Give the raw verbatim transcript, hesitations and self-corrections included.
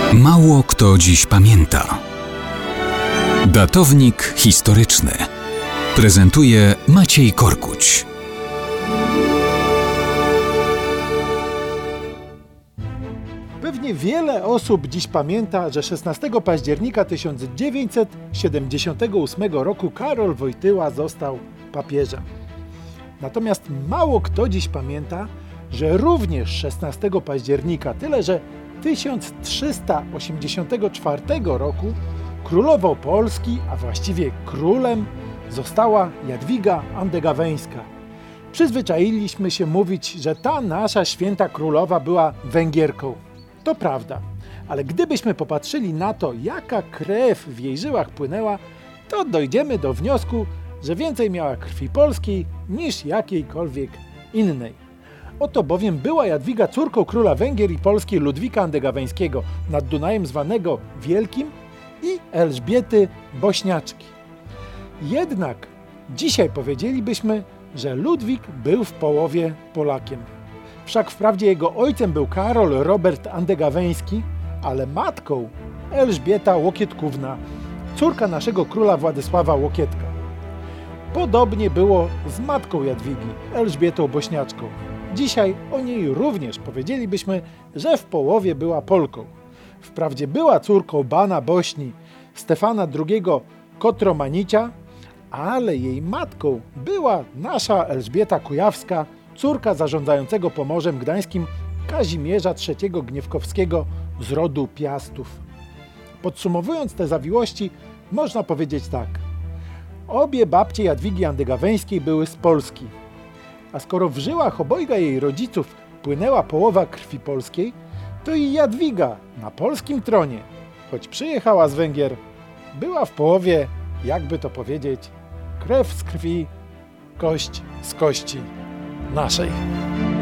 Mało kto dziś pamięta. Datownik historyczny prezentuje Maciej Korkuć. Pewnie wiele osób dziś pamięta, że szesnastego października tysiąc dziewięćset siedemdziesiątego ósmego roku Karol Wojtyła został papieżem. Natomiast mało kto dziś pamięta, że również szesnastego października, tyle że tysiąc trzysta osiemdziesiątego czwartego roku królową Polski, a właściwie królem, została Jadwiga Andegaweńska. Przyzwyczailiśmy się mówić, że ta nasza święta królowa była Węgierką. To prawda, ale gdybyśmy popatrzyli na to, jaka krew w jej żyłach płynęła, to dojdziemy do wniosku, że więcej miała krwi polskiej niż jakiejkolwiek innej. Oto bowiem była Jadwiga córką króla Węgier i Polski Ludwika Andegaweńskiego, nad Dunajem zwanego Wielkim, i Elżbiety Bośniaczki. Jednak dzisiaj powiedzielibyśmy, że Ludwik był w połowie Polakiem. Wszak wprawdzie jego ojcem był Karol Robert Andegaweński, ale matką Elżbieta Łokietkówna, córka naszego króla Władysława Łokietka. Podobnie było z matką Jadwigi, Elżbietą Bośniaczką. Dzisiaj o niej również powiedzielibyśmy, że w połowie była Polką. Wprawdzie była córką Bana Bośni, Stefana drugiego Kotromanicia, ale jej matką była nasza Elżbieta Kujawska, córka zarządzającego Pomorzem Gdańskim Kazimierza trzeciego Gniewkowskiego z rodu Piastów. Podsumowując te zawiłości, można powiedzieć tak. Obie babcie Jadwigi Andegaweńskiej były z Polski. A skoro w żyłach obojga jej rodziców płynęła połowa krwi polskiej, to i Jadwiga na polskim tronie, choć przyjechała z Węgier, była w połowie, jakby to powiedzieć, krew z krwi, kość z kości naszej.